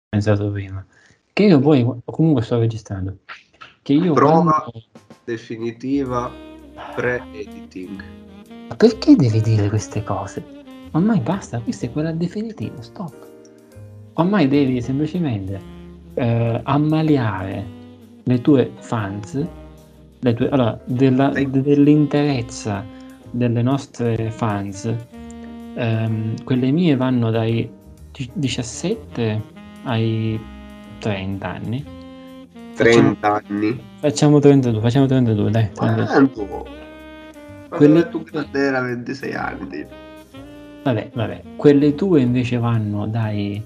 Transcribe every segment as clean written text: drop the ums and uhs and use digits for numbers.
pensato prima. Che io poi, comunque sto registrando, che io Prova quando... definitiva pre-editing. Ma perché devi dire queste cose? Ormai basta, questa è quella definitiva, stop. Ormai devi semplicemente ammaliare le tue fans, allora, dell'interezza delle nostre fans. Quelle mie vanno dai 17 ai 30 anni. 30 anni. Facciamo 32, dai. 32. Quanto? Quelle Quando tu tue, era 26 anni. vabbè, quelle tue invece vanno dai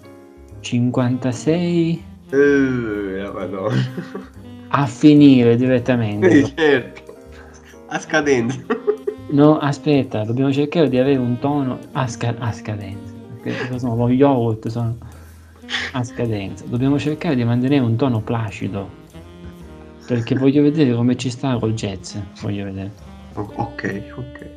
56 La Madonna. a finire direttamente. Certo. A scadenza. No, aspetta, dobbiamo cercare di avere un tono a scadenza. Perché sono lo yogurt, sono a scadenza. Dobbiamo cercare di mantenere un tono placido. Perché voglio vedere come ci sta col jazz. Voglio vedere. Ok.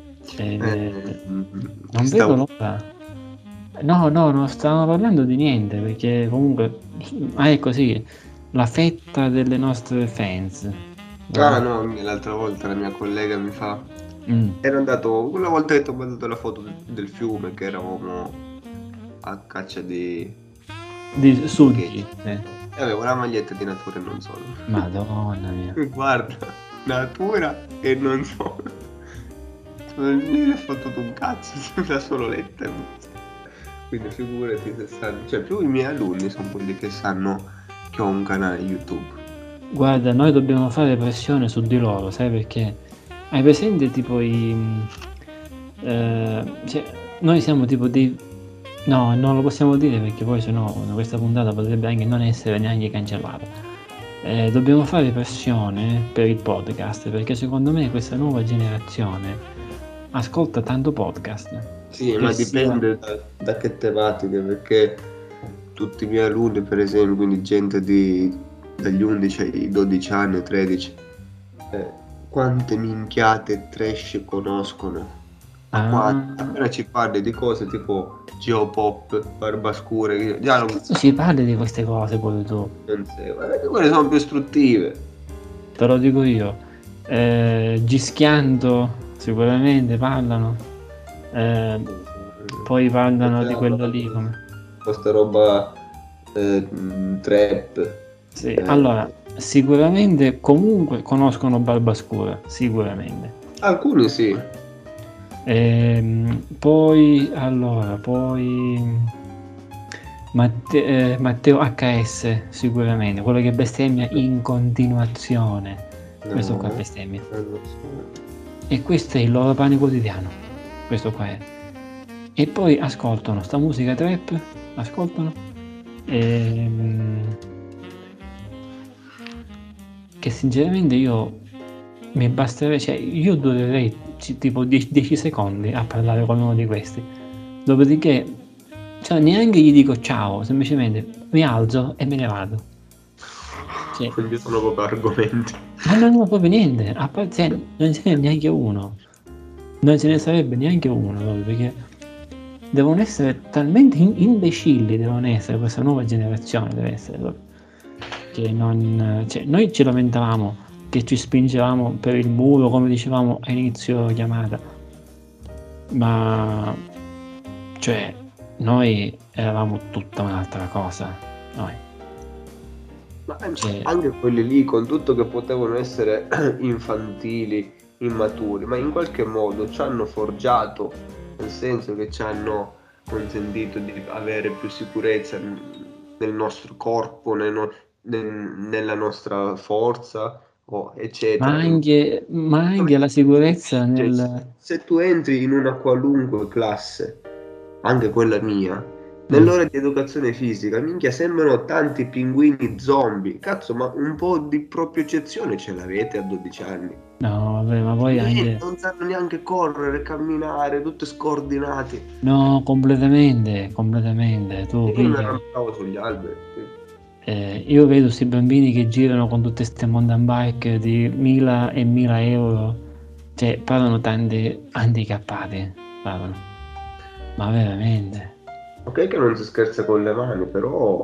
Non vedo l'ora. No, non stavamo parlando di niente. Perché comunque. È così. La fetta delle nostre fans. Ah no, l'altra volta la mia collega mi fa. Era andato. Quella volta che ti ho mandato la foto del fiume, che eravamo a caccia di Suggi. e avevo la maglietta di Natura e non solo. Madonna mia. Guarda, Natura e non solo. Non ne ho fottuto un cazzo, da solo letta. Quindi figurati se sanno. Cioè, più i miei alunni sono quelli che sanno che ho un canale YouTube. Guarda, noi dobbiamo fare pressione su di loro, sai perché? Hai presente tipo cioè, noi siamo tipo dei... No, non lo possiamo dire perché poi sennò questa puntata potrebbe anche non essere neanche cancellata. Dobbiamo fare pressione per il podcast perché secondo me questa nuova generazione ascolta tanto podcast. Sì, ma dipende da che tematiche, perché tutti i miei alunni, per esempio, quindi gente dagli 11 ai 12 anni, 13, quante minchiate trash conoscono? Appena ci parli di cose tipo geopop, barbascure, già non Cazzo ci parli di queste cose poi tu? non sei, ma perché quelle sono più istruttive. Te lo dico io. Gischiando sicuramente parlano. Poi parlano di quello lì come... Questa roba trap. Sì, allora, sicuramente comunque conoscono Barbascura, sicuramente. Alcuni sì. Poi Matteo HS sicuramente, quello che bestemmia in continuazione. Questo qua bestemmia. E questo è il loro pane quotidiano. Questo qua è. E poi ascoltano sta musica trap, ascoltano. Che sinceramente io mi basterebbe, cioè io durerei tipo 10 secondi a parlare con uno di questi. Dopodiché, cioè neanche gli dico ciao, semplicemente mi alzo e me ne vado. Cioè, Quindi sono proprio argomenti. ma non proprio niente, a parte, non ce n'è neanche uno. Non ce ne sarebbe neanche uno proprio, perché devono essere talmente imbecilli, devono essere questa nuova generazione, deve essere proprio. Che non, cioè, noi ci lamentavamo che ci spingevamo per il muro, come dicevamo a inizio chiamata, ma cioè noi eravamo tutta un'altra cosa, noi. Ma anche quelli lì, con tutto che potevano essere infantili, immaturi, ma in qualche modo ci hanno forgiato, nel senso che ci hanno consentito di avere più sicurezza nel nostro corpo, nella nostra forza, eccetera. Ma anche la sicurezza Cioè, nel... se tu entri in una qualunque classe, anche quella mia, nell'ora di educazione fisica, minchia, sembrano tanti pinguini zombie. Cazzo, ma un po' di propriocezione ce l'avete a 12 anni? No, vabbè, ma poi anche... Non sanno neanche correre, camminare, tutti scordinati. No, completamente. Tu Io mi piglia... arrampicavo sugli alberi. io vedo questi bambini che girano con tutte queste mountain bike di 1000 e 1000 euro, cioè parlano tanti handicappati, parlano. Ma veramente? Ok che non si scherza con le mani, però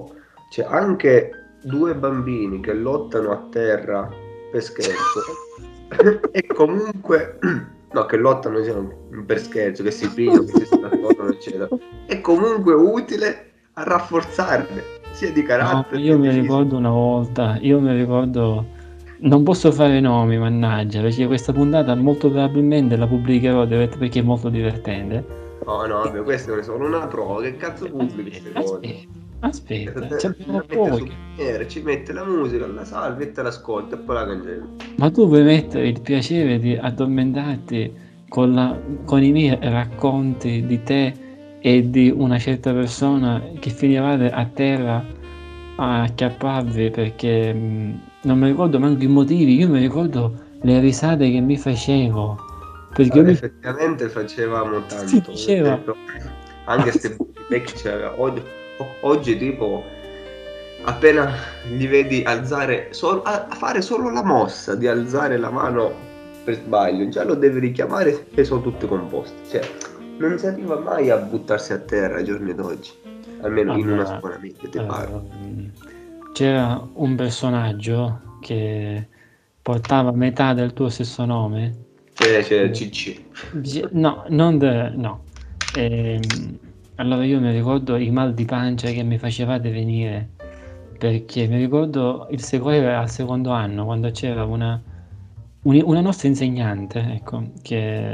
C'è anche due bambini che lottano a terra per scherzo e comunque no, che lottano diciamo, per scherzo, che si pigliano, che si sparatono, eccetera. È comunque utile a rafforzarle sia di No, carattere io che di mi fisico. ricordo una volta, non posso fare nomi, mannaggia, perché questa puntata molto probabilmente la pubblicherò perché è molto divertente. No, no, E- vabbè, queste ne sono una prova. Che cazzo pubblica queste cose? aspetta, ci abbiamo La mette su pochi. Premiere, ci mette la musica, la salvi e te l'ascolti e poi la cancelli. Ma tu puoi mettere il piacere di addormentarti con i miei racconti di te e di una certa persona che finivate a terra a acchiapparvi perché non mi ricordo manco i motivi, io mi ricordo le risate che mi facevo, perché io Allora, mi effettivamente facevamo si tanto, nel diceva senso, anche se vecchi c'era, oggi tipo appena li vedi alzare, a fare solo la mossa di alzare la mano per sbaglio, già lo devi richiamare e sono tutti composti, cioè non si arriva mai a buttarsi a terra ai giorni d'oggi, almeno in una allora, scuola media, ti parlo. c'era un personaggio che portava metà del tuo stesso nome. C'è CC. No, no. Allora io mi ricordo i mal di pancia che mi facevate venire, perché mi ricordo era al secondo anno, quando c'era una nostra insegnante, ecco, che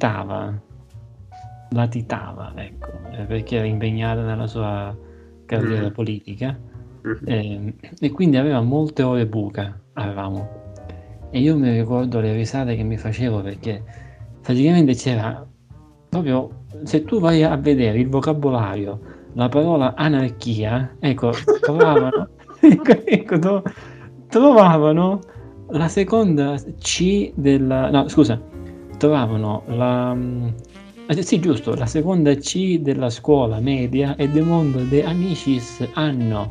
latitava, ecco, perché era impegnata nella sua carriera Mhm. politica, Mhm. e quindi aveva molte ore buca, avevamo. E io mi ricordo le risate che mi facevo perché praticamente c'era proprio, se tu vai a vedere il vocabolario, la parola anarchia, ecco, trovavano, trovavano la seconda C no, scusa, trovavano sì, giusto, la seconda C della scuola media e del mondo de Amicis anno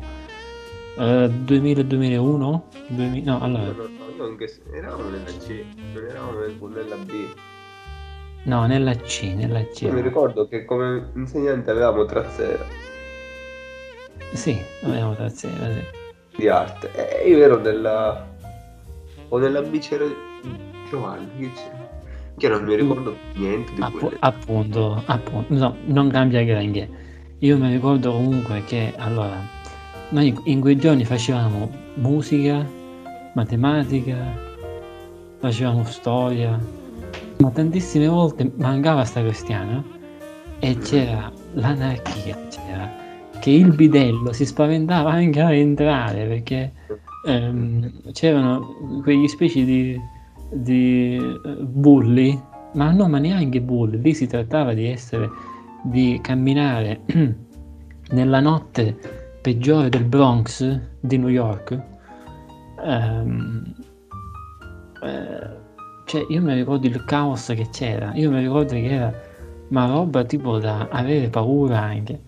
2000-2001? No, allora, No, eravamo nella C, non eravamo nella B. no, nella C Io mi eravamo. ricordo che come insegnante avevamo Trazzera Sì, avevamo tastiera, sì. di arte e io ero nella B c'era Giovanni, che c'era? Che non mi Tu, ricordo niente di quelle. appunto, no, non cambia granché. Io mi ricordo comunque che, allora, noi in quei giorni facevamo musica, matematica, facevamo storia, ma tantissime volte mancava sta cristiana e c'era l'anarchia, che il bidello si spaventava anche a entrare perché c'erano quegli specie di bulli, ma no, ma neanche bulli, lì si trattava di camminare nella notte peggiore del Bronx di New York. Ehm, eh, cioè io mi ricordo il caos che c'era, io mi ricordo che era ma roba tipo da avere paura anche.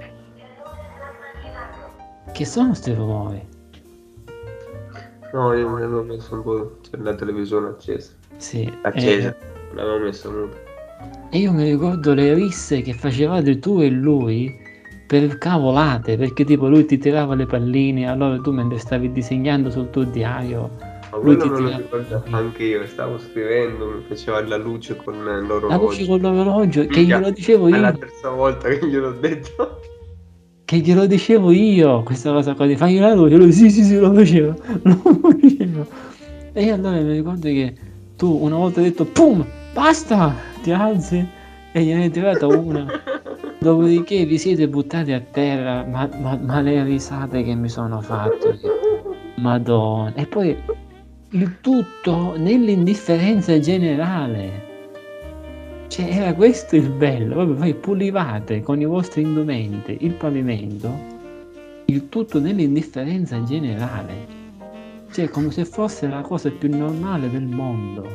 Che sono sti rumori? No, io mi avevo messo un po', c'era la televisione accesa. Sì, Accesa, l'avevo messa muta. e io mi ricordo le risse che facevate tu e lui per cavolate, perché tipo lui ti tirava le palline, allora tu mentre stavi disegnando sul tuo diario, Ma lui quello ti me lo tirava le ricordo palline. anche io, stavo scrivendo, mi faceva la luce con La luce l'orologio. con l'orologio, Minchia, è la terza volta che gliel'ho detto. che glielo dicevo io, questa cosa qua di fagli la luce, lui sì sì sì lo faceva, lo faceva. E allora mi ricordo che tu una volta hai detto pum, basta, ti alzi e gliene hai tirata una. Dopodiché vi siete buttati a terra, ma le risate che mi sono fatto, Madonna. E poi il tutto nell'indifferenza generale. Cioè, era questo il bello, proprio voi pulivate con i vostri indumenti il pavimento, il tutto nell'indifferenza generale. Cioè, come se fosse la cosa più normale del mondo.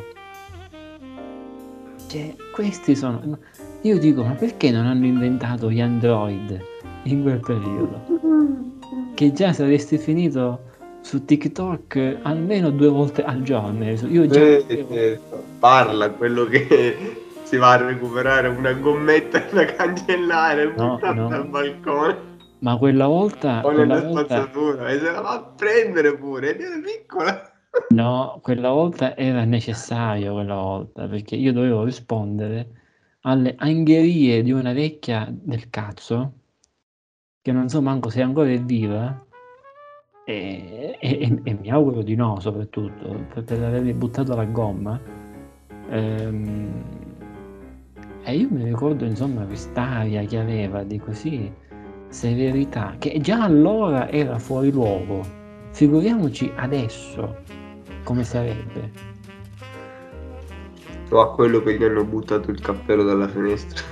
Cioè, questi sono. Io dico, ma perché non hanno inventato gli android in quel periodo? Che già saresti finito su TikTok almeno 2 volte al giorno. Io già vedevo. Certo. Parla quello che si va a recuperare una gommetta da cancellare e No, buttarla no. dal balcone. Ma quella volta, o nella spazzatura e se la va a prendere pure, è piccola. no, quella volta era necessario, quella volta, perché io dovevo rispondere alle angherie di una vecchia del cazzo, che non so manco se ancora è viva, e mi auguro di no soprattutto, per avermi buttato la gomma. E io mi ricordo insomma quest'aria che aveva di così severità, che già allora era fuori luogo, figuriamoci adesso come sarebbe. O a quello che gli hanno buttato il cappello dalla finestra.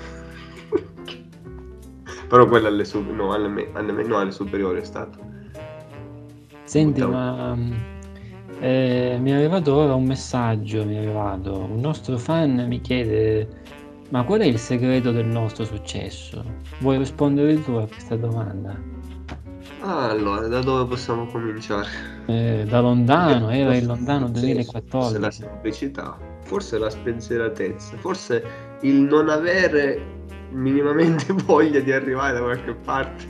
Però quello alle superiori è stato. Senti, Buttavo. ma mi è arrivato ora un messaggio, un nostro fan mi chiede, ma qual è il segreto del nostro successo? Vuoi rispondere tu a questa domanda? Allora, da dove possiamo cominciare? Da lontano, era il Forse lontano forse la 2014. semplicità, forse la spensieratezza, forse il non avere minimamente voglia di arrivare da qualche parte.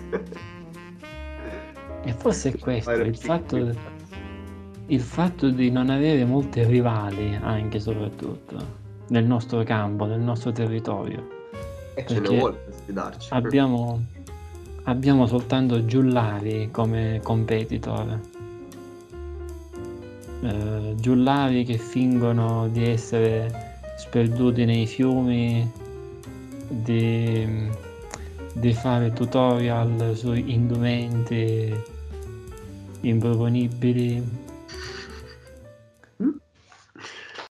E forse è questo, Fare il fatto di non avere molti rivali, anche soprattutto, nel nostro campo, nel nostro territorio. e ce ne Perché vuole per sfidarci. abbiamo soltanto Giullari come competitor. Giullari che fingono di essere sperduti nei fiumi, di fare tutorial su indumenti improponibili,